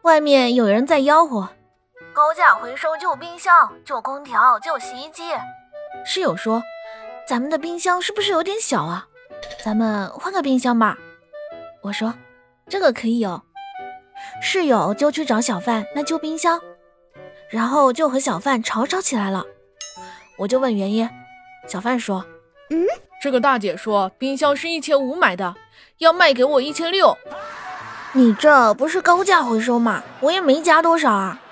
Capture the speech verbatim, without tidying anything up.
外面有人在吆喝，高价回收旧冰箱、旧空调、旧洗衣机。室友说，咱们的冰箱是不是有点小啊？咱们换个冰箱吧。我说，这个可以哦。室友就去找小范那旧冰箱，然后就和小范吵吵起来了。我就问原因，小范说， 嗯， 这个大姐说冰箱是一千五买的，要卖给我一千六。 你这不是高价回收吗？我也没加多少啊。